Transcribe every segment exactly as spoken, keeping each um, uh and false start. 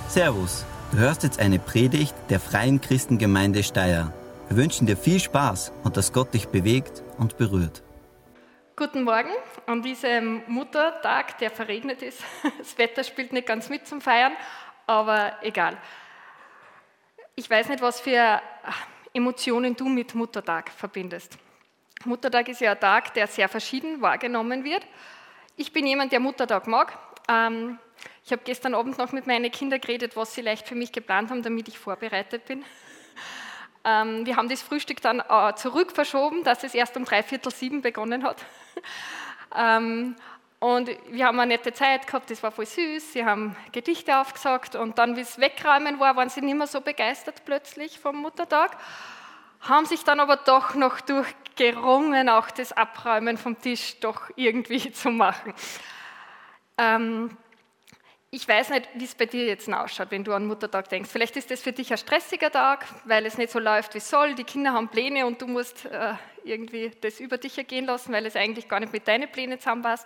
Servus, du hörst jetzt eine Predigt der Freien Christengemeinde Steyr. Wir wünschen dir viel Spaß und dass Gott dich bewegt und berührt. Guten Morgen an diesem Muttertag, der verregnet ist. Das Wetter spielt nicht ganz mit zum Feiern, aber egal. Ich weiß nicht, was für Emotionen du mit Muttertag verbindest. Muttertag ist ja ein Tag, der sehr verschieden wahrgenommen wird. Ich bin jemand, der Muttertag mag. Ähm, ich habe gestern Abend noch mit meinen Kindern geredet, was sie leicht für mich geplant haben, damit ich vorbereitet bin. Ähm, wir haben das Frühstück dann äh, zurück verschoben, dass es erst um dreiviertel sieben begonnen hat. ähm, und wir haben eine nette Zeit gehabt, das war voll süß. Sie haben Gedichte aufgesagt und dann, wie es wegräumen war, waren sie nicht mehr so begeistert plötzlich vom Muttertag. Haben sich dann aber doch noch durchgerungen, auch das Abräumen vom Tisch doch irgendwie zu machen. Ähm, ich weiß nicht, wie es bei dir jetzt ausschaut, wenn du an Muttertag denkst. Vielleicht ist das für dich ein stressiger Tag, weil es nicht so läuft, wie es soll. Die Kinder haben Pläne und du musst äh, irgendwie das über dich ergehen lassen, weil es eigentlich gar nicht mit deinen Plänen zusammenpasst.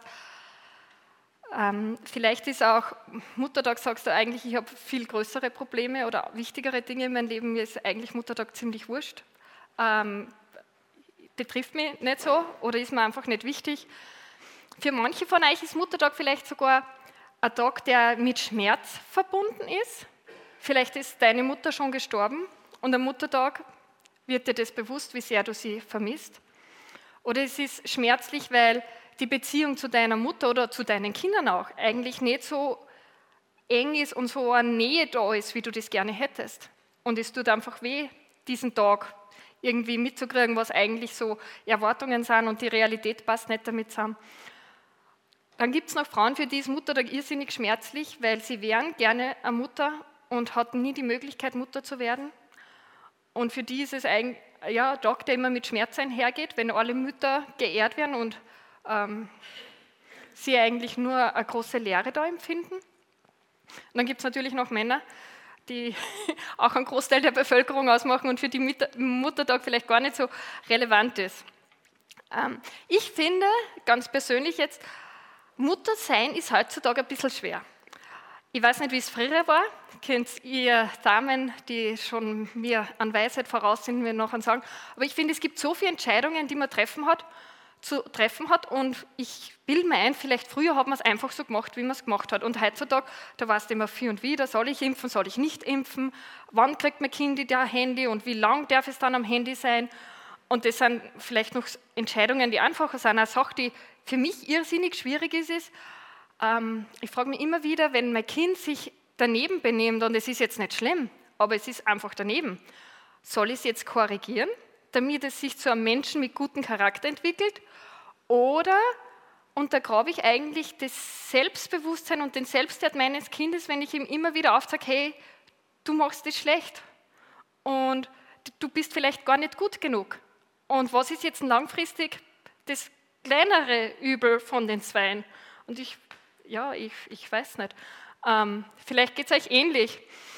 Ähm, vielleicht ist auch Muttertag, sagst du eigentlich, ich habe viel größere Probleme oder wichtigere Dinge in meinem Leben. Mir ist eigentlich Muttertag ziemlich wurscht. Ähm, betrifft mich nicht so oder ist mir einfach nicht wichtig. Für manche von euch ist Muttertag vielleicht sogar ein Tag, der mit Schmerz verbunden ist. Vielleicht ist deine Mutter schon gestorben und am Muttertag wird dir das bewusst, wie sehr du sie vermisst. Oder es ist schmerzlich, weil die Beziehung zu deiner Mutter oder zu deinen Kindern auch eigentlich nicht so eng ist und so eine Nähe da ist, wie du das gerne hättest. Und es tut einfach weh, diesen Tag irgendwie mitzukriegen, was eigentlich so Erwartungen sind und die Realität passt nicht damit zusammen. Dann gibt es noch Frauen, für die ist Muttertag irrsinnig schmerzlich, weil sie wären gerne eine Mutter und hatten nie die Möglichkeit, Mutter zu werden. Und für die ist es ein ja, Tag, der immer mit Schmerz einhergeht, wenn alle Mütter geehrt werden und ähm, sie eigentlich nur eine große Leere da empfinden. Und dann gibt es natürlich noch Männer, die auch einen Großteil der Bevölkerung ausmachen und für die Muttertag vielleicht gar nicht so relevant ist. Ähm, ich finde, ganz persönlich jetzt, Mutter sein ist heutzutage ein bisschen schwer. Ich weiß nicht, wie es früher war. Kennt ihr Damen, die schon mir an Weisheit voraus sind, mir noch sagen. Aber ich finde, es gibt so viele Entscheidungen, die man treffen hat, zu treffen hat. Und ich bilde mir ein, vielleicht früher hat man es einfach so gemacht, wie man es gemacht hat. Und heutzutage, da weißt du immer für und wieder, soll ich impfen, soll ich nicht impfen? Wann kriegt mein Kind ein Handy und wie lang darf es dann am Handy sein? Und das sind vielleicht noch Entscheidungen, die einfacher sind. Eine Sache, die für mich irrsinnig schwierig ist, ist, ähm, ich frage mich immer wieder, wenn mein Kind sich daneben benimmt, und es ist jetzt nicht schlimm, aber es ist einfach daneben, soll ich es jetzt korrigieren, damit es sich zu einem Menschen mit gutem Charakter entwickelt, oder untergrabe ich eigentlich das Selbstbewusstsein und den Selbstwert meines Kindes, wenn ich ihm immer wieder aufsage, hey, du machst das schlecht und du bist vielleicht gar nicht gut genug. Und was ist jetzt langfristig das kleinere Übel von den Zweien? Und ich, ja, ich, ich weiß nicht. Ähm, vielleicht geht es euch ähnlich.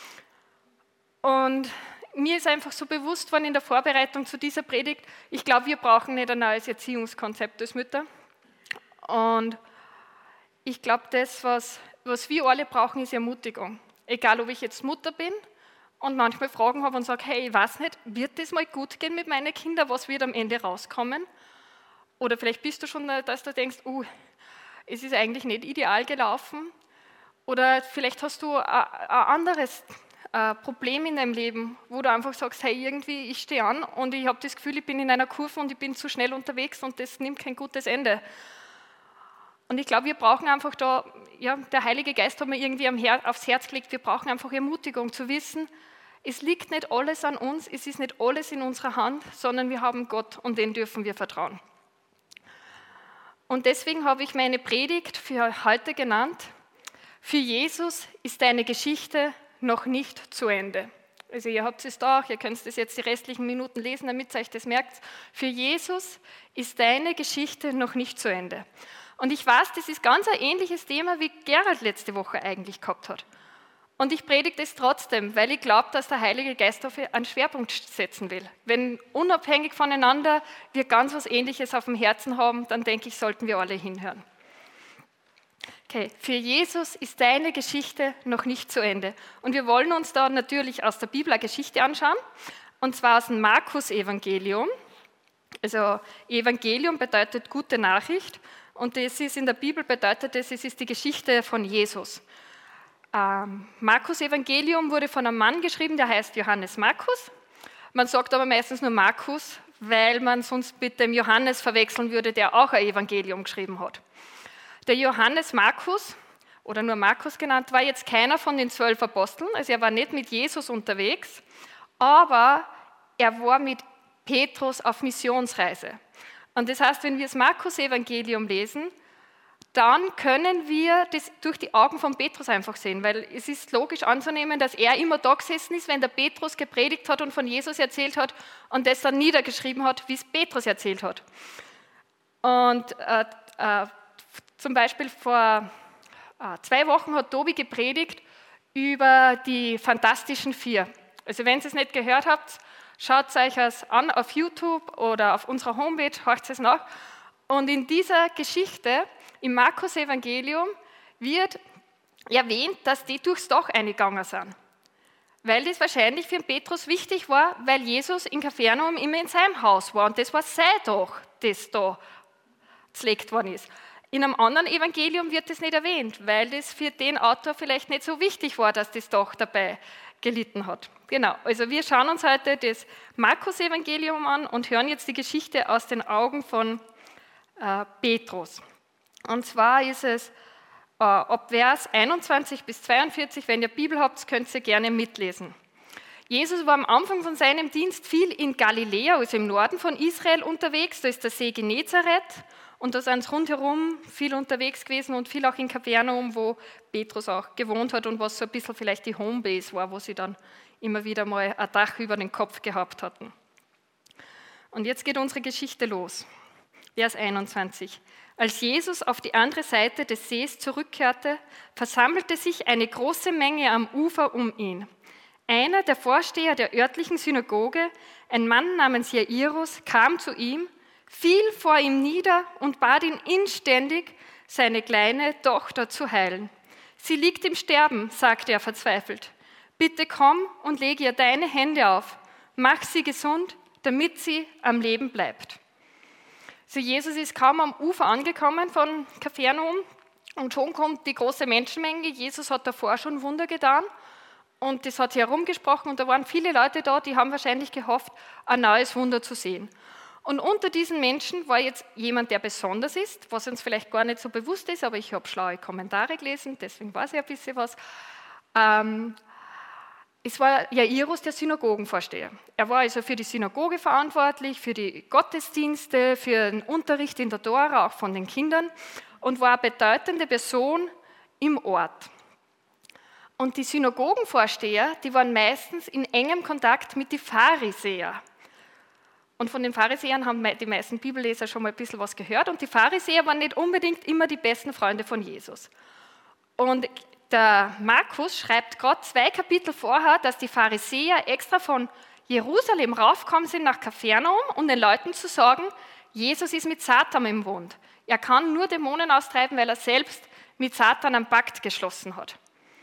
Und mir ist einfach so bewusst worden in der Vorbereitung zu dieser Predigt, ich glaube, wir brauchen nicht ein neues Erziehungskonzept als Mütter. Und ich glaube, das, was, was wir alle brauchen, ist Ermutigung. Egal, ob ich jetzt Mutter bin und manchmal Fragen habe und sage, hey, ich weiß nicht, wird das mal gut gehen mit meinen Kindern, was wird am Ende rauskommen? Oder vielleicht bist du schon, dass du denkst, uh, es ist eigentlich nicht ideal gelaufen. Oder vielleicht hast du ein, ein anderes äh, Problem in deinem Leben, wo du einfach sagst, hey, irgendwie, ich stehe an und ich habe das Gefühl, ich bin in einer Kurve und ich bin zu schnell unterwegs und das nimmt kein gutes Ende. Und ich glaube, wir brauchen einfach da, ja, der Heilige Geist hat mir irgendwie am Her- aufs Herz gelegt, wir brauchen einfach Ermutigung zu wissen, es liegt nicht alles an uns, es ist nicht alles in unserer Hand, sondern wir haben Gott und den dürfen wir vertrauen. Und deswegen habe ich meine Predigt für heute genannt, für Jesus ist deine Geschichte noch nicht zu Ende. Also ihr habt es da auch, ihr könnt es jetzt die restlichen Minuten lesen, damit ihr euch das merkt. Für Jesus ist deine Geschichte noch nicht zu Ende. Und ich weiß, das ist ganz ein ähnliches Thema, wie Gerald letzte Woche eigentlich gehabt hat. Und ich predige das trotzdem, weil ich glaube, dass der Heilige Geist dafür einen Schwerpunkt setzen will. Wenn unabhängig voneinander wir ganz was Ähnliches auf dem Herzen haben, dann denke ich, sollten wir alle hinhören. Okay, für Jesus ist deine Geschichte noch nicht zu Ende. Und wir wollen uns da natürlich aus der Bibel eine Geschichte anschauen, und zwar aus dem Markus-Evangelium. Also Evangelium bedeutet gute Nachricht, und das ist in der Bibel bedeutet es, es ist die Geschichte von Jesus. Ähm, Markus-Evangelium wurde von einem Mann geschrieben, der heißt Johannes Markus. Man sagt aber meistens nur Markus, weil man sonst mit dem Johannes verwechseln würde, der auch ein Evangelium geschrieben hat. Der Johannes Markus, oder nur Markus genannt, war jetzt keiner von den zwölf Aposteln, also er war nicht mit Jesus unterwegs, aber er war mit Petrus auf Missionsreise. Und das heißt, wenn wir das Markus-Evangelium lesen, dann können wir das durch die Augen von Petrus einfach sehen, weil es ist logisch anzunehmen, dass er immer da gesessen ist, wenn der Petrus gepredigt hat und von Jesus erzählt hat und das dann niedergeschrieben hat, wie es Petrus erzählt hat. Und äh, äh, zum Beispiel vor äh, zwei Wochen hat Tobi gepredigt über die Fantastischen Vier. Also wenn ihr es nicht gehört habt, schaut es euch das an auf YouTube oder auf unserer Homepage, hört es nach. Und in dieser Geschichte, im Markus-Evangelium, wird erwähnt, dass die durchs Dach eingegangen sind. Weil das wahrscheinlich für den Petrus wichtig war, weil Jesus in Kapernaum immer in seinem Haus war. Und das war sein Dach, das da zerlegt worden ist. In einem anderen Evangelium wird das nicht erwähnt, weil das für den Autor vielleicht nicht so wichtig war, dass das Dach dabei gelitten hat. Genau, also wir schauen uns heute das Markus-Evangelium an und hören jetzt die Geschichte aus den Augen von äh, Petrus. Und zwar ist es äh, ab Vers einundzwanzig bis zweiundvierzig, wenn ihr Bibel habt, könnt ihr gerne mitlesen. Jesus war am Anfang von seinem Dienst viel in Galiläa, also im Norden von Israel unterwegs, da ist der See Genezareth. Und da sind sie rundherum viel unterwegs gewesen und viel auch in Kapernaum, wo Petrus auch gewohnt hat und was so ein bisschen vielleicht die Homebase war, wo sie dann immer wieder mal ein Dach über den Kopf gehabt hatten. Und jetzt geht unsere Geschichte los. Vers einundzwanzig. Als Jesus auf die andere Seite des Sees zurückkehrte, versammelte sich eine große Menge am Ufer um ihn. Einer der Vorsteher der örtlichen Synagoge, ein Mann namens Jairus, kam zu ihm, fiel vor ihm nieder und bat ihn inständig, seine kleine Tochter zu heilen. Sie liegt im Sterben, sagte er verzweifelt. Bitte komm und lege ihr deine Hände auf. Mach sie gesund, damit sie am Leben bleibt. So, Jesus ist kaum am Ufer angekommen von Kapernaum und schon kommt die große Menschenmenge. Jesus hat davor schon Wunder getan und das hat sich herumgesprochen und da waren viele Leute da, die haben wahrscheinlich gehofft, ein neues Wunder zu sehen. Und unter diesen Menschen war jetzt jemand, der besonders ist, was uns vielleicht gar nicht so bewusst ist, aber ich habe schlaue Kommentare gelesen, deswegen weiß ich ein bisschen was. Ähm, es war Jairus, der Synagogenvorsteher. Er war also für die Synagoge verantwortlich, für die Gottesdienste, für den Unterricht in der Tora, auch von den Kindern, und war eine bedeutende Person im Ort. Und die Synagogenvorsteher, die waren meistens in engem Kontakt mit den Pharisäern. Und von den Pharisäern haben die meisten Bibelleser schon mal ein bisschen was gehört. Und die Pharisäer waren nicht unbedingt immer die besten Freunde von Jesus. Und der Markus schreibt gerade zwei Kapitel vorher, dass die Pharisäer extra von Jerusalem raufgekommen sind nach Kapernaum, um den Leuten zu sagen, Jesus ist mit Satan im Bund. Er kann nur Dämonen austreiben, weil er selbst mit Satan einen Pakt geschlossen hat.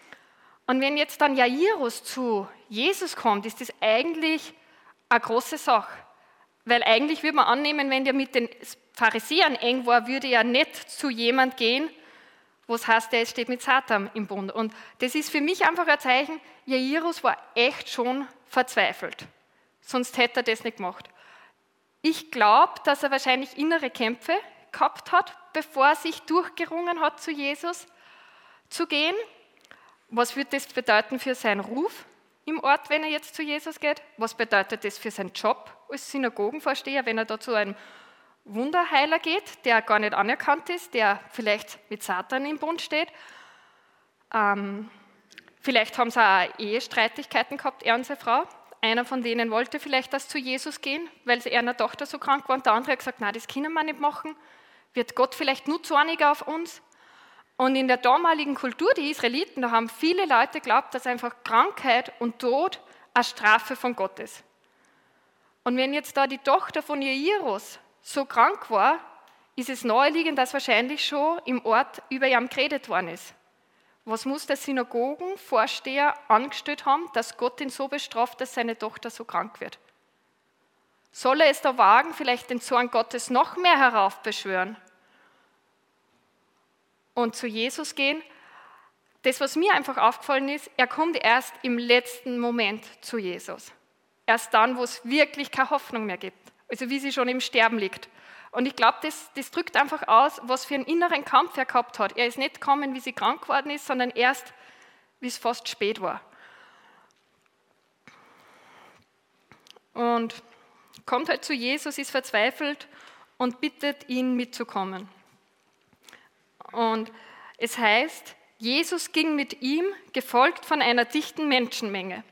Und wenn jetzt dann Jairus zu Jesus kommt, ist das eigentlich eine große Sache. Weil eigentlich würde man annehmen, wenn der mit den Pharisäern eng war, würde er nicht zu jemand gehen, wo es heißt, der steht mit Satan im Bund. Und das ist für mich einfach ein Zeichen, Jairus war echt schon verzweifelt. Sonst hätte er das nicht gemacht. Ich glaube, dass er wahrscheinlich innere Kämpfe gehabt hat, bevor er sich durchgerungen hat, zu Jesus zu gehen. Was wird das bedeuten für seinen Ruf im Ort, wenn er jetzt zu Jesus geht? Was bedeutet das für seinen Job als Synagogenvorsteher, wenn er da zu einem Wunderheiler geht, der gar nicht anerkannt ist, der vielleicht mit Satan im Bund steht? Ähm, vielleicht haben sie auch Ehestreitigkeiten gehabt, er und seine Frau. Einer von denen wollte vielleicht das zu Jesus gehen, weil seine Tochter so krank war. Und der andere hat gesagt, nein, das können wir nicht machen. Wird Gott vielleicht nur zorniger auf uns? Und in der damaligen Kultur, die Israeliten, da haben viele Leute geglaubt, dass einfach Krankheit und Tod eine Strafe von Gott ist. Und wenn jetzt da die Tochter von Jairus so krank war, ist es naheliegend, dass wahrscheinlich schon im Ort über ihn geredet worden ist. Was muss der Synagogenvorsteher angestellt haben, dass Gott ihn so bestraft, dass seine Tochter so krank wird? Soll er es da wagen, vielleicht den Zorn Gottes noch mehr heraufbeschwören und zu Jesus gehen? Das, was mir einfach aufgefallen ist, er kommt erst im letzten Moment zu Jesus. Erst dann, wo es wirklich keine Hoffnung mehr gibt. Also wie sie schon im Sterben liegt. Und ich glaube, das, das drückt einfach aus, was für einen inneren Kampf er gehabt hat. Er ist nicht gekommen, wie sie krank geworden ist, sondern erst, wie es fast spät war. Und kommt halt zu Jesus, ist verzweifelt und bittet ihn mitzukommen. Und es heißt, Jesus ging mit ihm, gefolgt von einer dichten Menschenmenge.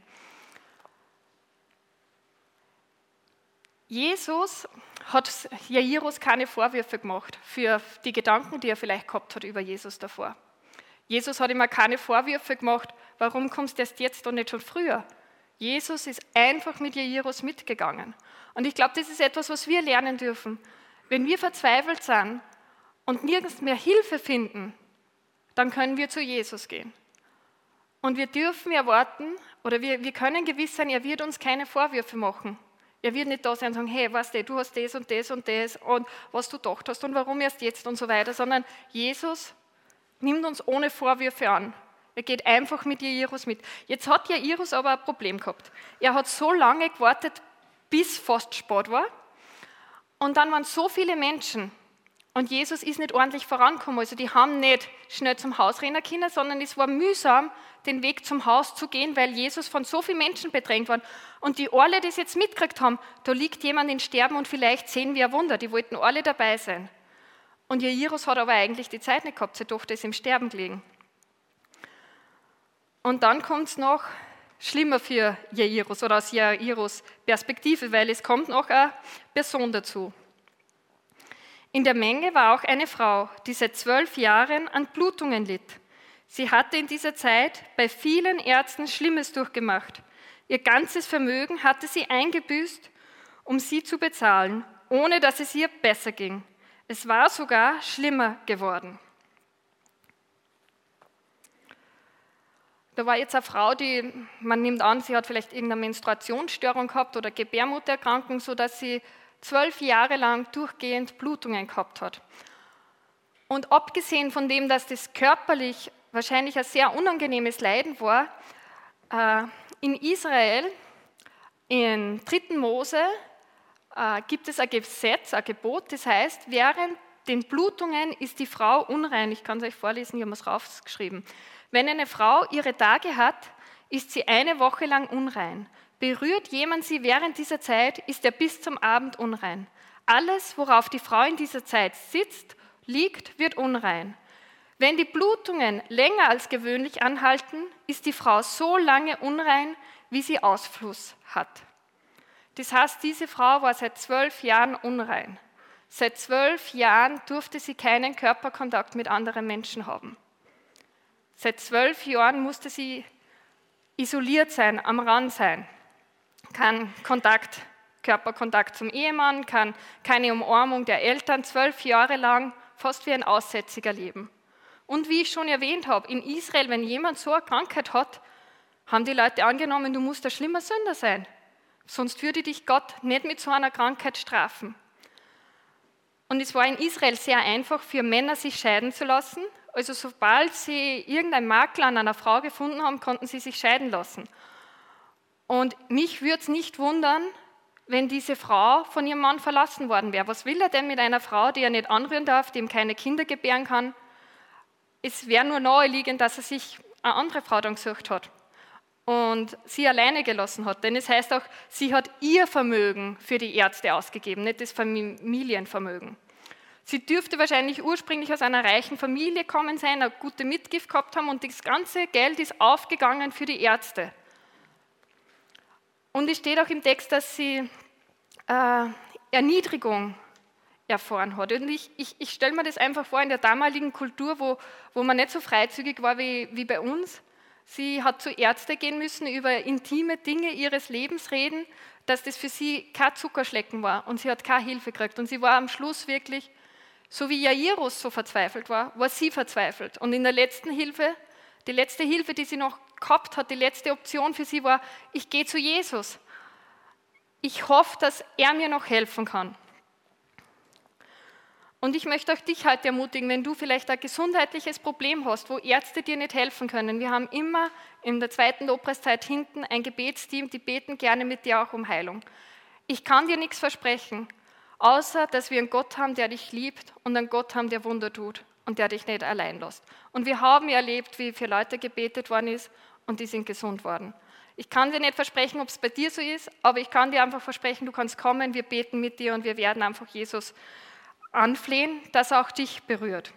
Jesus hat Jairus keine Vorwürfe gemacht für die Gedanken, die er vielleicht gehabt hat über Jesus davor. Jesus hat ihm auch keine Vorwürfe gemacht, warum kommst du erst jetzt und nicht schon früher? Jesus ist einfach mit Jairus mitgegangen. Und ich glaube, das ist etwas, was wir lernen dürfen. Wenn wir verzweifelt sind und nirgends mehr Hilfe finden, dann können wir zu Jesus gehen. Und wir dürfen erwarten, oder wir, wir können gewiss sein, er wird uns keine Vorwürfe machen. Er wird nicht da sein und sagen, hey, weißt du, du hast das und das und das und was du gedacht hast und warum erst jetzt und so weiter, sondern Jesus nimmt uns ohne Vorwürfe an. Er geht einfach mit Jairus mit. Jetzt hat Jairus aber ein Problem gehabt. Er hat so lange gewartet, bis fast spät war. Und dann waren so viele Menschen. Und Jesus ist nicht ordentlich vorangekommen. Also die haben nicht schnell zum Haus rennen können, sondern es war mühsam, den Weg zum Haus zu gehen, weil Jesus von so vielen Menschen bedrängt war. Und die alle das jetzt mitgekriegt haben, da liegt jemand in Sterben und vielleicht sehen wir ein Wunder. Die wollten alle dabei sein. Und Jairus hat aber eigentlich die Zeit nicht gehabt, seine Tochter ist im Sterben gelegen. Und dann kommt es noch schlimmer für Jairus oder aus Jairus Perspektive, weil es kommt noch eine Person dazu. In der Menge war auch eine Frau, die seit zwölf Jahren an Blutungen litt. Sie hatte in dieser Zeit bei vielen Ärzten Schlimmes durchgemacht. Ihr ganzes Vermögen hatte sie eingebüßt, um sie zu bezahlen, ohne dass es ihr besser ging. Es war sogar schlimmer geworden. Da war jetzt eine Frau, die, man nimmt an, sie hat vielleicht irgendeine Menstruationsstörung gehabt oder Gebärmuttererkrankung, sodass sie zwölf Jahre lang durchgehend Blutungen gehabt hat. Und abgesehen von dem, dass das körperlich wahrscheinlich ein sehr unangenehmes Leiden war, äh, in Israel, in dritten Mose, äh, gibt es ein Gesetz, ein Gebot, das heißt, während den Blutungen ist die Frau unrein. Ich kann es euch vorlesen, ich habe es rausgeschrieben. Wenn eine Frau ihre Tage hat, ist sie eine Woche lang unrein. Berührt jemand sie während dieser Zeit, ist er bis zum Abend unrein. Alles, worauf die Frau in dieser Zeit sitzt, liegt, wird unrein. Wenn die Blutungen länger als gewöhnlich anhalten, ist die Frau so lange unrein, wie sie Ausfluss hat. Das heißt, diese Frau war seit zwölf Jahren unrein. Seit zwölf Jahren durfte sie keinen Körperkontakt mit anderen Menschen haben. Seit zwölf Jahren musste sie isoliert sein, am Rand sein. Kein Kontakt, Körperkontakt zum Ehemann, kann keine Umarmung der Eltern, zwölf Jahre lang, fast wie ein Aussätziger leben. Und wie ich schon erwähnt habe, in Israel, wenn jemand so eine Krankheit hat, haben die Leute angenommen, du musst ein schlimmer Sünder sein. Sonst würde dich Gott nicht mit so einer Krankheit strafen. Und es war in Israel sehr einfach für Männer, sich scheiden zu lassen. Also sobald sie irgendein Makel an einer Frau gefunden haben, konnten sie sich scheiden lassen. Und mich würde es nicht wundern, wenn diese Frau von ihrem Mann verlassen worden wäre. Was will er denn mit einer Frau, die er nicht anrühren darf, die ihm keine Kinder gebären kann? Es wäre nur naheliegend, dass er sich eine andere Frau dann gesucht hat und sie alleine gelassen hat. Denn es heißt auch, sie hat ihr Vermögen für die Ärzte ausgegeben, nicht das Familienvermögen. Sie dürfte wahrscheinlich ursprünglich aus einer reichen Familie kommen sein, eine gute Mitgift gehabt haben und das ganze Geld ist aufgegangen für die Ärzte. Und es steht auch im Text, dass sie äh, Erniedrigung erfahren hat. Und ich, ich, ich stelle mir das einfach vor, in der damaligen Kultur, wo, wo man nicht so freizügig war wie, wie bei uns. Sie hat zu Ärzten gehen müssen, über intime Dinge ihres Lebens reden, dass das für sie kein Zuckerschlecken war und sie hat keine Hilfe gekriegt. Und sie war am Schluss wirklich So wie Jairus so verzweifelt war, war sie verzweifelt. Und in der letzten Hilfe, die letzte Hilfe, die sie noch gehabt hat, die letzte Option für sie war, ich gehe zu Jesus. Ich hoffe, dass er mir noch helfen kann. Und ich möchte auch dich heute ermutigen, wenn du vielleicht ein gesundheitliches Problem hast, wo Ärzte dir nicht helfen können. Wir haben immer in der zweiten Lobpreiszeit hinten ein Gebetsteam, die beten gerne mit dir auch um Heilung. Ich kann dir nichts versprechen, außer dass wir einen Gott haben, der dich liebt und einen Gott haben, der Wunder tut und der dich nicht allein lässt. Und wir haben ja erlebt, wie für Leute gebetet worden ist und die sind gesund worden. Ich kann dir nicht versprechen, ob es bei dir so ist, aber ich kann dir einfach versprechen, du kannst kommen, wir beten mit dir und wir werden einfach Jesus anflehen, dass er auch dich berührt.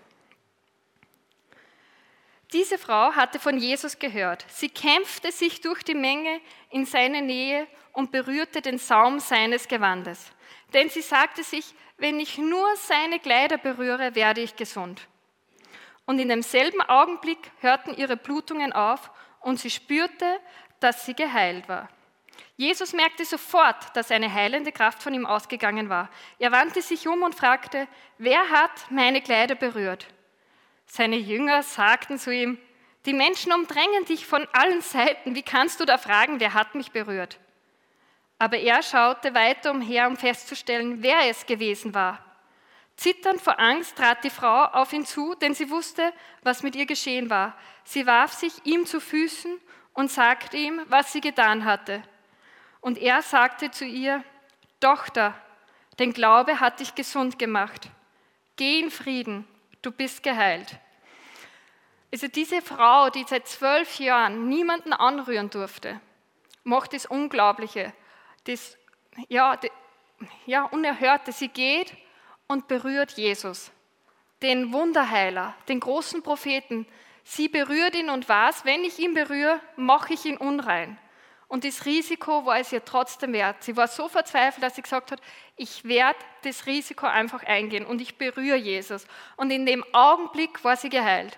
Diese Frau hatte von Jesus gehört. Sie kämpfte sich durch die Menge in seine Nähe und berührte den Saum seines Gewandes. Denn sie sagte sich, wenn ich nur seine Kleider berühre, werde ich gesund. Und in demselben Augenblick hörten ihre Blutungen auf und sie spürte, dass sie geheilt war. Jesus merkte sofort, dass eine heilende Kraft von ihm ausgegangen war. Er wandte sich um und fragte, wer hat meine Kleider berührt? Seine Jünger sagten zu ihm, die Menschen umdrängen dich von allen Seiten, wie kannst du da fragen, wer hat mich berührt? Aber er schaute weiter umher, um festzustellen, wer es gewesen war. Zitternd vor Angst trat die Frau auf ihn zu, denn sie wusste, was mit ihr geschehen war. Sie warf sich ihm zu Füßen und sagte ihm, was sie getan hatte. Und er sagte zu ihr, Tochter, dein Glaube hat dich gesund gemacht. Geh in Frieden, du bist geheilt. Also diese Frau, die seit zwölf Jahren niemanden anrühren durfte, macht das Unglaubliche, das ja, das, ja, Unerhörte. Sie geht und berührt Jesus, den Wunderheiler, den großen Propheten. Sie berührt ihn und weiß, wenn ich ihn berühre, mache ich ihn unrein. Und das Risiko war es ihr trotzdem wert. Sie war so verzweifelt, dass sie gesagt hat, ich werde das Risiko einfach eingehen und ich berühre Jesus. Und in dem Augenblick war sie geheilt.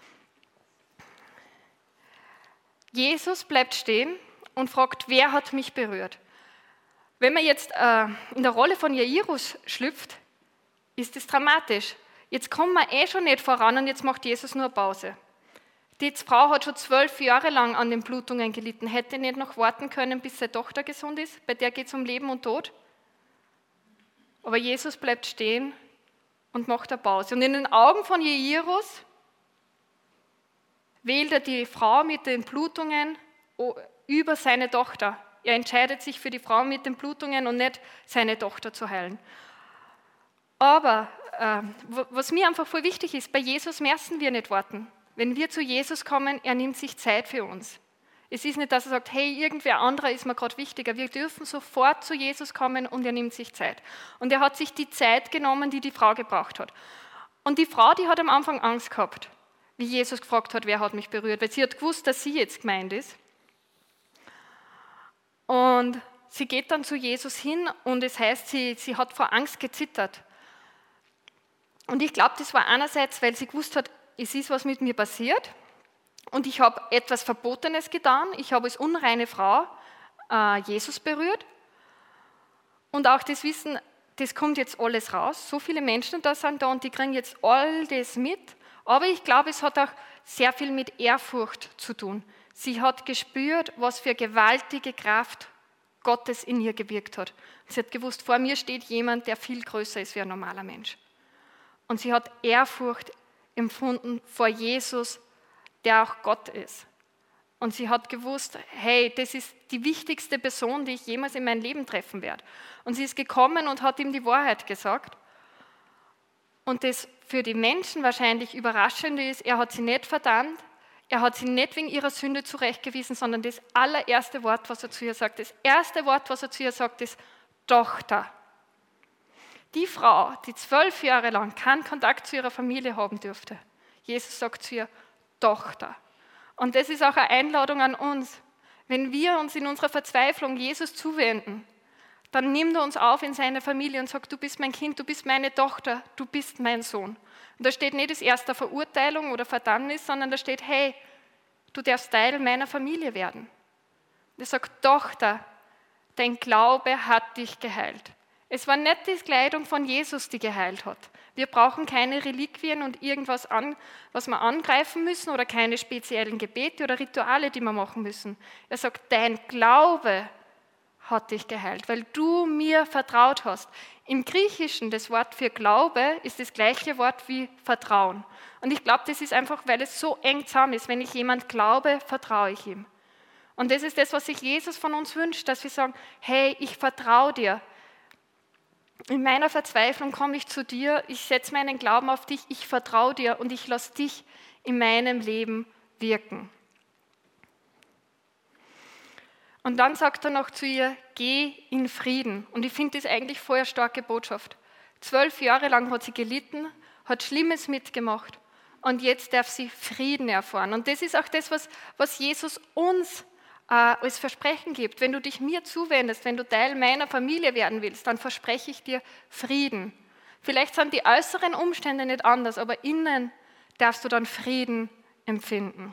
Jesus bleibt stehen und fragt, wer hat mich berührt? Wenn man jetzt äh, in der Rolle von Jairus schlüpft, ist das dramatisch. Jetzt kommen wir eh schon nicht voran und jetzt macht Jesus nur Pause. Die Frau hat schon zwölf Jahre lang an den Blutungen gelitten, hätte nicht noch warten können, bis seine Tochter gesund ist. Bei der geht es um Leben und Tod. Aber Jesus bleibt stehen und macht eine Pause. Und in den Augen von Jairus wählt er die Frau mit den Blutungen über seine Tochter. Er entscheidet sich für die Frau mit den Blutungen und nicht seine Tochter zu heilen. Aber äh, was mir einfach voll wichtig ist, bei Jesus müssen wir nicht warten. Wenn wir zu Jesus kommen, er nimmt sich Zeit für uns. Es ist nicht, dass er sagt, hey, irgendwer anderer ist mir gerade wichtiger. Wir dürfen sofort zu Jesus kommen und er nimmt sich Zeit. Und er hat sich die Zeit genommen, die die Frau gebraucht hat. Und die Frau, die hat am Anfang Angst gehabt, wie Jesus gefragt hat, wer hat mich berührt, weil sie hat gewusst, dass sie jetzt gemeint ist. Und sie geht dann zu Jesus hin und es heißt, sie, sie hat vor Angst gezittert. Und ich glaube, das war einerseits, weil sie gewusst hat, es ist was mit mir passiert und ich habe etwas Verbotenes getan. Ich habe als unreine Frau äh, Jesus berührt. Und auch das Wissen, das kommt jetzt alles raus. So viele Menschen da sind da und die kriegen jetzt all das mit. Aber ich glaube, es hat auch sehr viel mit Ehrfurcht zu tun. Sie hat gespürt, was für gewaltige Kraft Gottes in ihr gewirkt hat. Sie hat gewusst, vor mir steht jemand, der viel größer ist wie ein normaler Mensch. Und sie hat Ehrfurcht empfunden vor Jesus, der auch Gott ist. Und sie hat gewusst, hey, das ist die wichtigste Person, die ich jemals in meinem Leben treffen werde. Und sie ist gekommen und hat ihm die Wahrheit gesagt. Und das für die Menschen wahrscheinlich Überraschende ist, er hat sie nicht verdammt, er hat sie nicht wegen ihrer Sünde zurechtgewiesen, sondern das allererste Wort, was er zu ihr sagt, das erste Wort, was er zu ihr sagt, ist Tochter. Die Frau, die zwölf Jahre lang keinen Kontakt zu ihrer Familie haben dürfte, Jesus sagt zu ihr, Tochter. Und das ist auch eine Einladung an uns. Wenn wir uns in unserer Verzweiflung Jesus zuwenden, dann nimmt er uns auf in seine Familie und sagt, du bist mein Kind, du bist meine Tochter, du bist mein Sohn. Und da steht nicht das erste Verurteilung oder Verdammnis, sondern da steht, hey, du darfst Teil meiner Familie werden. Er sagt, Tochter, dein Glaube hat dich geheilt. Es war nicht die Kleidung von Jesus, die geheilt hat, Wir brauchen keine Reliquien und irgendwas, an, was wir angreifen müssen oder keine speziellen Gebete oder Rituale, die wir machen müssen. Er sagt, dein Glaube hat dich geheilt, weil du mir vertraut hast. Im Griechischen, das Wort für Glaube ist das gleiche Wort wie Vertrauen. Und ich glaube, das ist einfach, weil es so eng zusammen ist. Wenn ich jemand glaube, vertraue ich ihm. Und das ist das, was sich Jesus von uns wünscht, dass wir sagen, hey, ich vertraue dir. In meiner Verzweiflung komme ich zu dir, ich setze meinen Glauben auf dich, ich vertraue dir und ich lasse dich in meinem Leben wirken. Und dann sagt er noch zu ihr, geh in Frieden. Und ich finde das eigentlich voll eine starke Botschaft. Zwölf Jahre lang hat sie gelitten, hat Schlimmes mitgemacht und jetzt darf sie Frieden erfahren. Und das ist auch das, was, was Jesus uns äh, als Versprechen gibt. Wenn du dich mir zuwendest, wenn du Teil meiner Familie werden willst, dann verspreche ich dir Frieden. Vielleicht sind die äußeren Umstände nicht anders, aber innen darfst du dann Frieden empfinden.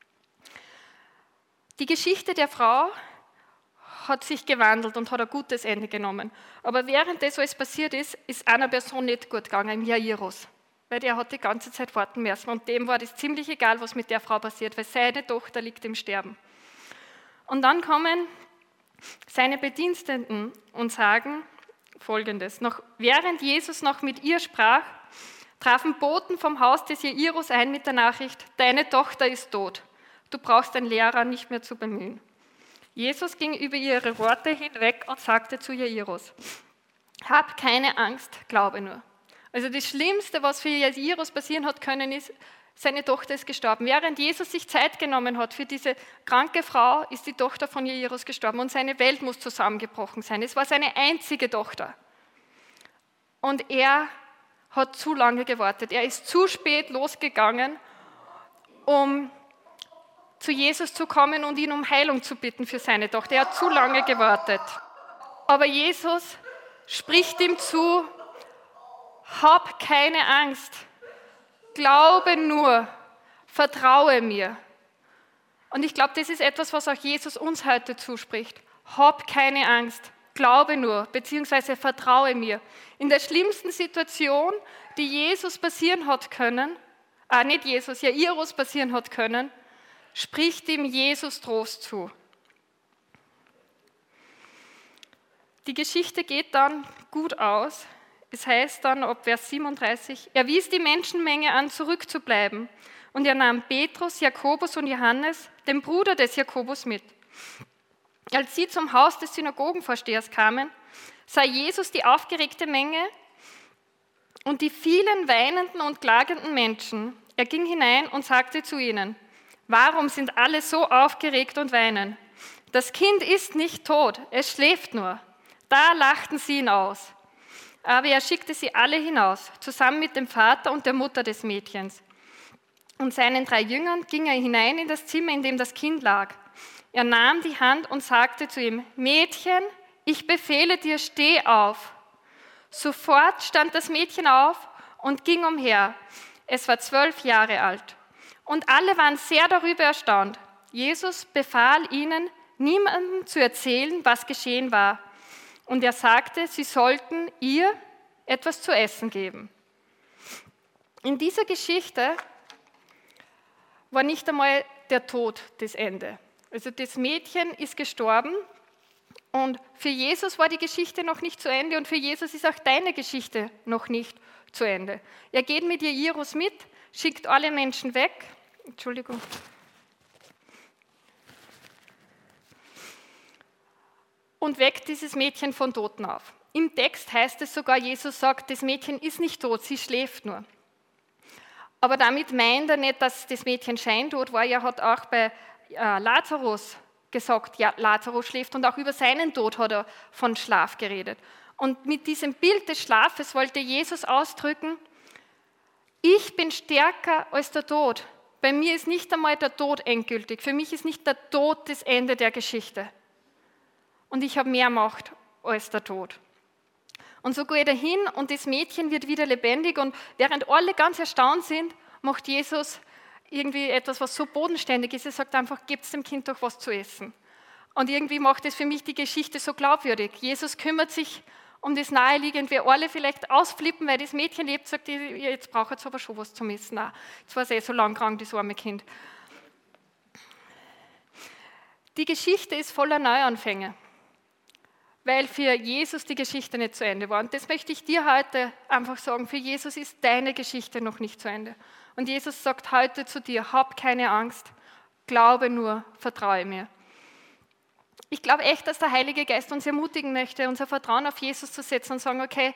Die Geschichte der Frau hat sich gewandelt und hat ein gutes Ende genommen. Aber während das alles passiert ist, ist einer Person nicht gut gegangen, im Jairus. Weil der hat die ganze Zeit warten müssen. Und dem war das ziemlich egal, was mit der Frau passiert, weil seine Tochter liegt im Sterben. Und dann kommen seine Bediensteten und sagen Folgendes. Noch, während Jesus noch mit ihr sprach, trafen Boten vom Haus des Jairus ein mit der Nachricht, deine Tochter ist tot. Du brauchst den Lehrer nicht mehr zu bemühen. Jesus ging über ihre Worte hinweg und sagte zu Jairus, hab keine Angst, glaube nur. Also das Schlimmste, was für Jairus passieren hat können, ist, seine Tochter ist gestorben. Während Jesus sich Zeit genommen hat für diese kranke Frau, ist die Tochter von Jairus gestorben und seine Welt muss zusammengebrochen sein. Es war seine einzige Tochter. Und er hat zu lange gewartet. Er ist zu spät losgegangen, um zu Jesus zu kommen und ihn um Heilung zu bitten für seine Tochter. Er hat zu lange gewartet. Aber Jesus spricht ihm zu, hab keine Angst, glaube nur, vertraue mir. Und ich glaube, das ist etwas, was auch Jesus uns heute zuspricht. Hab keine Angst, glaube nur, beziehungsweise vertraue mir. In der schlimmsten Situation, die Jesus passieren hat können, ah, nicht Jesus, Jairus passieren hat können, spricht ihm Jesus Trost zu. Die Geschichte geht dann gut aus. Es heißt dann ab Vers siebenunddreißig, er wies die Menschenmenge an, zurückzubleiben. Und er nahm Petrus, Jakobus und Johannes, den Bruder des Jakobus, mit. Als sie zum Haus des Synagogenvorstehers kamen, sah Jesus die aufgeregte Menge und die vielen weinenden und klagenden Menschen. Er ging hinein und sagte zu ihnen, warum sind alle so aufgeregt und weinen? Das Kind ist nicht tot, es schläft nur. Da lachten sie ihn aus. Aber er schickte sie alle hinaus, zusammen mit dem Vater und der Mutter des Mädchens. Und seinen drei Jüngern ging er hinein in das Zimmer, in dem das Kind lag. Er nahm die Hand und sagte zu ihm, Mädchen, ich befehle dir, steh auf. Sofort stand das Mädchen auf und ging umher. Es war zwölf Jahre alt. Und alle waren sehr darüber erstaunt. Jesus befahl ihnen, niemandem zu erzählen, was geschehen war. Und er sagte, sie sollten ihr etwas zu essen geben. In dieser Geschichte war nicht einmal der Tod das Ende. Also das Mädchen ist gestorben und für Jesus war die Geschichte noch nicht zu Ende und für Jesus ist auch deine Geschichte noch nicht zu Ende. Er geht mit Jairus mit, schickt alle Menschen weg. Entschuldigung. Und weckt dieses Mädchen von Toten auf. Im Text heißt es sogar, Jesus sagt, das Mädchen ist nicht tot, sie schläft nur. Aber damit meint er nicht, dass das Mädchen scheintot war. Er hat auch bei äh, Lazarus gesagt, ja, Lazarus schläft und auch über seinen Tod hat er von Schlaf geredet. Und mit diesem Bild des Schlafes wollte Jesus ausdrücken, ich bin stärker als der Tod. Bei mir ist nicht einmal der Tod endgültig. Für mich ist nicht der Tod das Ende der Geschichte. Und ich habe mehr Macht als der Tod. Und so geht er hin und das Mädchen wird wieder lebendig und während alle ganz erstaunt sind, macht Jesus irgendwie etwas, was so bodenständig ist. Er sagt einfach, gebt dem Kind doch was zu essen. Und irgendwie macht es für mich die Geschichte so glaubwürdig. Jesus kümmert sich Und das naheliegend, wir alle vielleicht ausflippen, weil das Mädchen lebt, sagt, jetzt braucht jetzt aber schon was zum Essen. Nein, jetzt war es eh so lang krank, das arme Kind. Die Geschichte ist voller Neuanfänge, weil für Jesus die Geschichte nicht zu Ende war. Und das möchte ich dir heute einfach sagen, für Jesus ist deine Geschichte noch nicht zu Ende. Und Jesus sagt heute zu dir, hab keine Angst, glaube nur, vertraue mir. Ich glaube echt, dass der Heilige Geist uns ermutigen möchte, unser Vertrauen auf Jesus zu setzen und sagen, okay,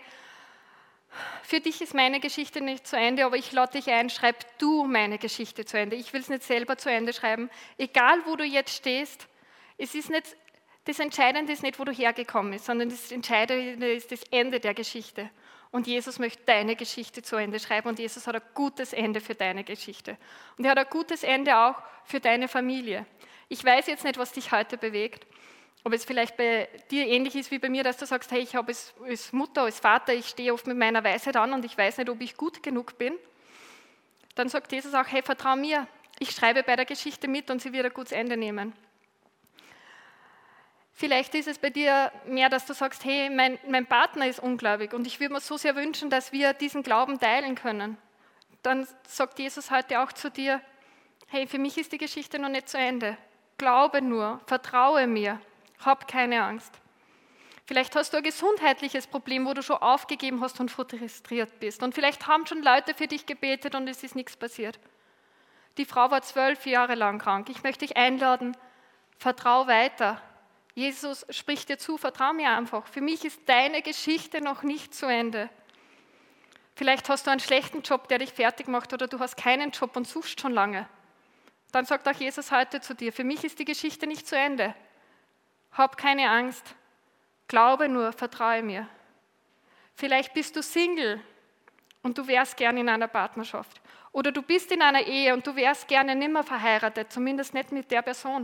für dich ist meine Geschichte nicht zu Ende, aber ich lade dich ein, schreib du meine Geschichte zu Ende. Ich will es nicht selber zu Ende schreiben. Egal, wo du jetzt stehst, es ist nicht, das Entscheidende ist nicht, wo du hergekommen bist, sondern das Entscheidende ist das Ende der Geschichte. Und Jesus möchte deine Geschichte zu Ende schreiben und Jesus hat ein gutes Ende für deine Geschichte. Und er hat ein gutes Ende auch für deine Familie. Ich weiß jetzt nicht, was dich heute bewegt, ob es vielleicht bei dir ähnlich ist wie bei mir, dass du sagst, hey, ich habe es als Mutter, als Vater, ich stehe oft mit meiner Weisheit an und ich weiß nicht, ob ich gut genug bin. Dann sagt Jesus auch, hey, vertrau mir, ich schreibe bei der Geschichte mit und sie wird ein gutes Ende nehmen. Vielleicht ist es bei dir mehr, dass du sagst, hey, mein, mein Partner ist ungläubig und ich würde mir so sehr wünschen, dass wir diesen Glauben teilen können. Dann sagt Jesus heute auch zu dir, hey, für mich ist die Geschichte noch nicht zu Ende. Glaube nur, vertraue mir, hab keine Angst. Vielleicht hast du ein gesundheitliches Problem, wo du schon aufgegeben hast und frustriert bist. Und vielleicht haben schon Leute für dich gebetet und es ist nichts passiert. Die Frau war zwölf Jahre lang krank. Ich möchte dich einladen, vertrau weiter. Jesus spricht dir zu, vertrau mir einfach. Für mich ist deine Geschichte noch nicht zu Ende. Vielleicht hast du einen schlechten Job, der dich fertig macht oder du hast keinen Job und suchst schon lange. Dann sagt auch Jesus heute zu dir, für mich ist die Geschichte nicht zu Ende. Hab keine Angst, glaube nur, vertraue mir. Vielleicht bist du Single und du wärst gerne in einer Partnerschaft. Oder du bist in einer Ehe und du wärst gerne nicht mehr verheiratet, zumindest nicht mit der Person.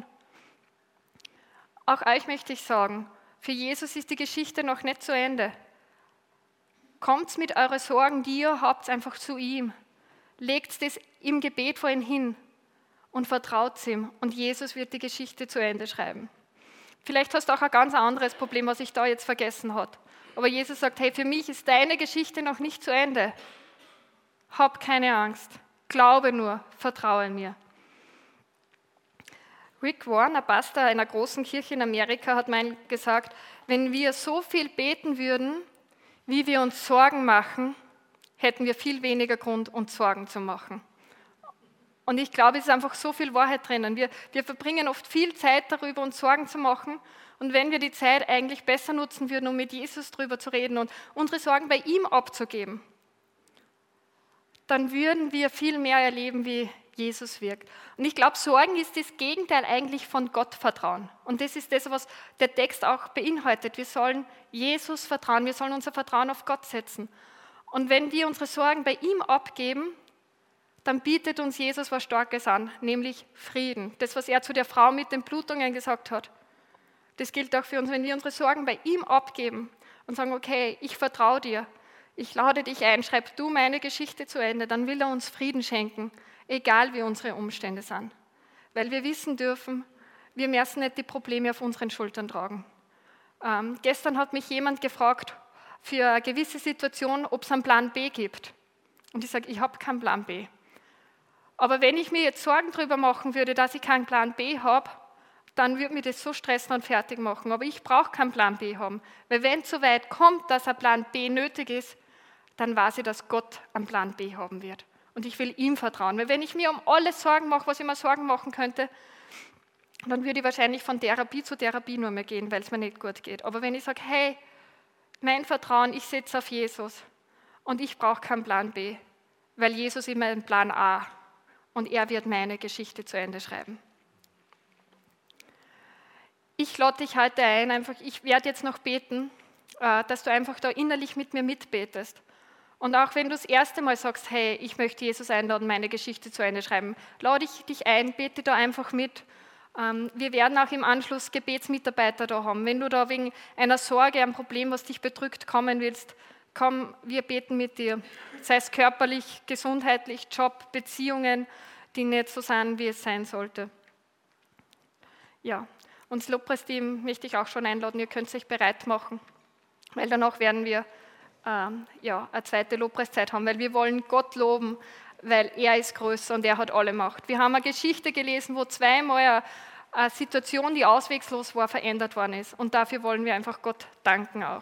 Auch euch möchte ich sagen, für Jesus ist die Geschichte noch nicht zu Ende. Kommt mit euren Sorgen, die ihr habt, einfach zu ihm. Legt es im Gebet vor ihn hin. Und vertraut ihm und Jesus wird die Geschichte zu Ende schreiben. Vielleicht hast du auch ein ganz anderes Problem, was ich da jetzt vergessen habe. Aber Jesus sagt, hey, für mich ist deine Geschichte noch nicht zu Ende. Hab keine Angst, glaube nur, vertraue mir. Rick Warren, ein Pastor einer großen Kirche in Amerika, hat mal gesagt, wenn wir so viel beten würden, wie wir uns Sorgen machen, hätten wir viel weniger Grund, uns Sorgen zu machen. Und ich glaube, es ist einfach so viel Wahrheit drinnen. Wir, wir verbringen oft viel Zeit darüber, uns Sorgen zu machen. Und wenn wir die Zeit eigentlich besser nutzen würden, um mit Jesus darüber zu reden und unsere Sorgen bei ihm abzugeben, dann würden wir viel mehr erleben, wie Jesus wirkt. Und ich glaube, Sorgen ist das Gegenteil eigentlich von Gottvertrauen. Und das ist das, was der Text auch beinhaltet. Wir sollen Jesus vertrauen, wir sollen unser Vertrauen auf Gott setzen. Und wenn wir unsere Sorgen bei ihm abgeben, dann bietet uns Jesus was Starkes an, nämlich Frieden. Das, was er zu der Frau mit den Blutungen gesagt hat. Das gilt auch für uns, wenn wir unsere Sorgen bei ihm abgeben und sagen, okay, ich vertraue dir, ich lade dich ein, schreib du meine Geschichte zu Ende, dann will er uns Frieden schenken, egal wie unsere Umstände sind. Weil wir wissen dürfen, wir müssen nicht die Probleme auf unseren Schultern tragen. Ähm, gestern hat mich jemand gefragt, für eine gewisse Situation, ob es einen Plan B gibt. Und ich sage, ich habe keinen Plan B. Aber wenn ich mir jetzt Sorgen darüber machen würde, dass ich keinen Plan B habe, dann würde mich das so stressen und fertig machen. Aber ich brauche keinen Plan B haben. Weil wenn es so weit kommt, dass ein Plan B nötig ist, dann weiß ich, dass Gott einen Plan B haben wird. Und ich will ihm vertrauen. Weil wenn ich mir um alles Sorgen mache, was ich mir Sorgen machen könnte, dann würde ich wahrscheinlich von Therapie zu Therapie nur mehr gehen, weil es mir nicht gut geht. Aber wenn ich sage, hey, mein Vertrauen, ich setze auf Jesus und ich brauche keinen Plan B, weil Jesus immer einen Plan A und er wird meine Geschichte zu Ende schreiben. Ich lade dich heute ein, einfach, ich werde jetzt noch beten, dass du einfach da innerlich mit mir mitbetest. Und auch wenn du das erste Mal sagst, hey, ich möchte Jesus einladen, meine Geschichte zu Ende schreiben, lade ich dich ein, bete da einfach mit. Wir werden auch im Anschluss Gebetsmitarbeiter da haben. Wenn du da wegen einer Sorge, einem Problem, was dich bedrückt, kommen willst, komm, wir beten mit dir. Sei es körperlich, gesundheitlich, Job, Beziehungen, die nicht so sind, wie es sein sollte. Ja, und das Lobpreisteam möchte ich auch schon einladen, ihr könnt euch bereit machen. weil danach werden wir ähm, ja, eine zweite Lobpreiszeit haben, weil wir wollen Gott loben, weil er ist größer und er hat alle Macht. Wir haben eine Geschichte gelesen, wo zweimal eine, eine Situation, die auswegslos war, verändert worden ist. Und dafür wollen wir einfach Gott danken auch.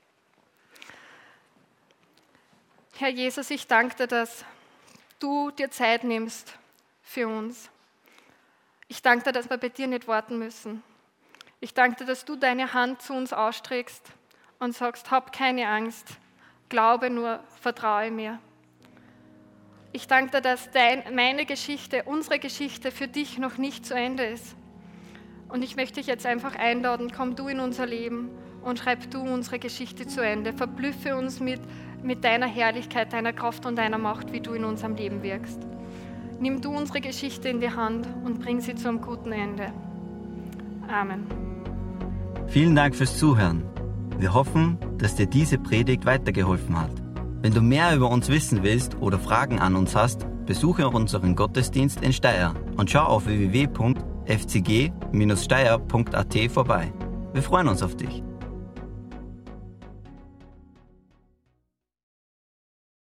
Herr Jesus, ich danke dir, dass du dir Zeit nimmst für uns. Ich danke dir, dass wir bei dir nicht warten müssen. Ich danke dir, dass du deine Hand zu uns ausstreckst und sagst, hab keine Angst, glaube nur, vertraue mir. Ich danke dir, dass dein, meine Geschichte, unsere Geschichte für dich noch nicht zu Ende ist. Und ich möchte dich jetzt einfach einladen, komm du in unser Leben und schreib du unsere Geschichte zu Ende. Verblüffe uns mit, mit deiner Herrlichkeit, deiner Kraft und deiner Macht, wie du in unserem Leben wirkst. Nimm du unsere Geschichte in die Hand und bring sie zu einem guten Ende. Amen. Vielen Dank fürs Zuhören. Wir hoffen, dass dir diese Predigt weitergeholfen hat. Wenn du mehr über uns wissen willst oder Fragen an uns hast, besuche unseren Gottesdienst in Steyr und schau auf w w w punkt f c g Bindestrich steyr punkt a t vorbei. Wir freuen uns auf dich.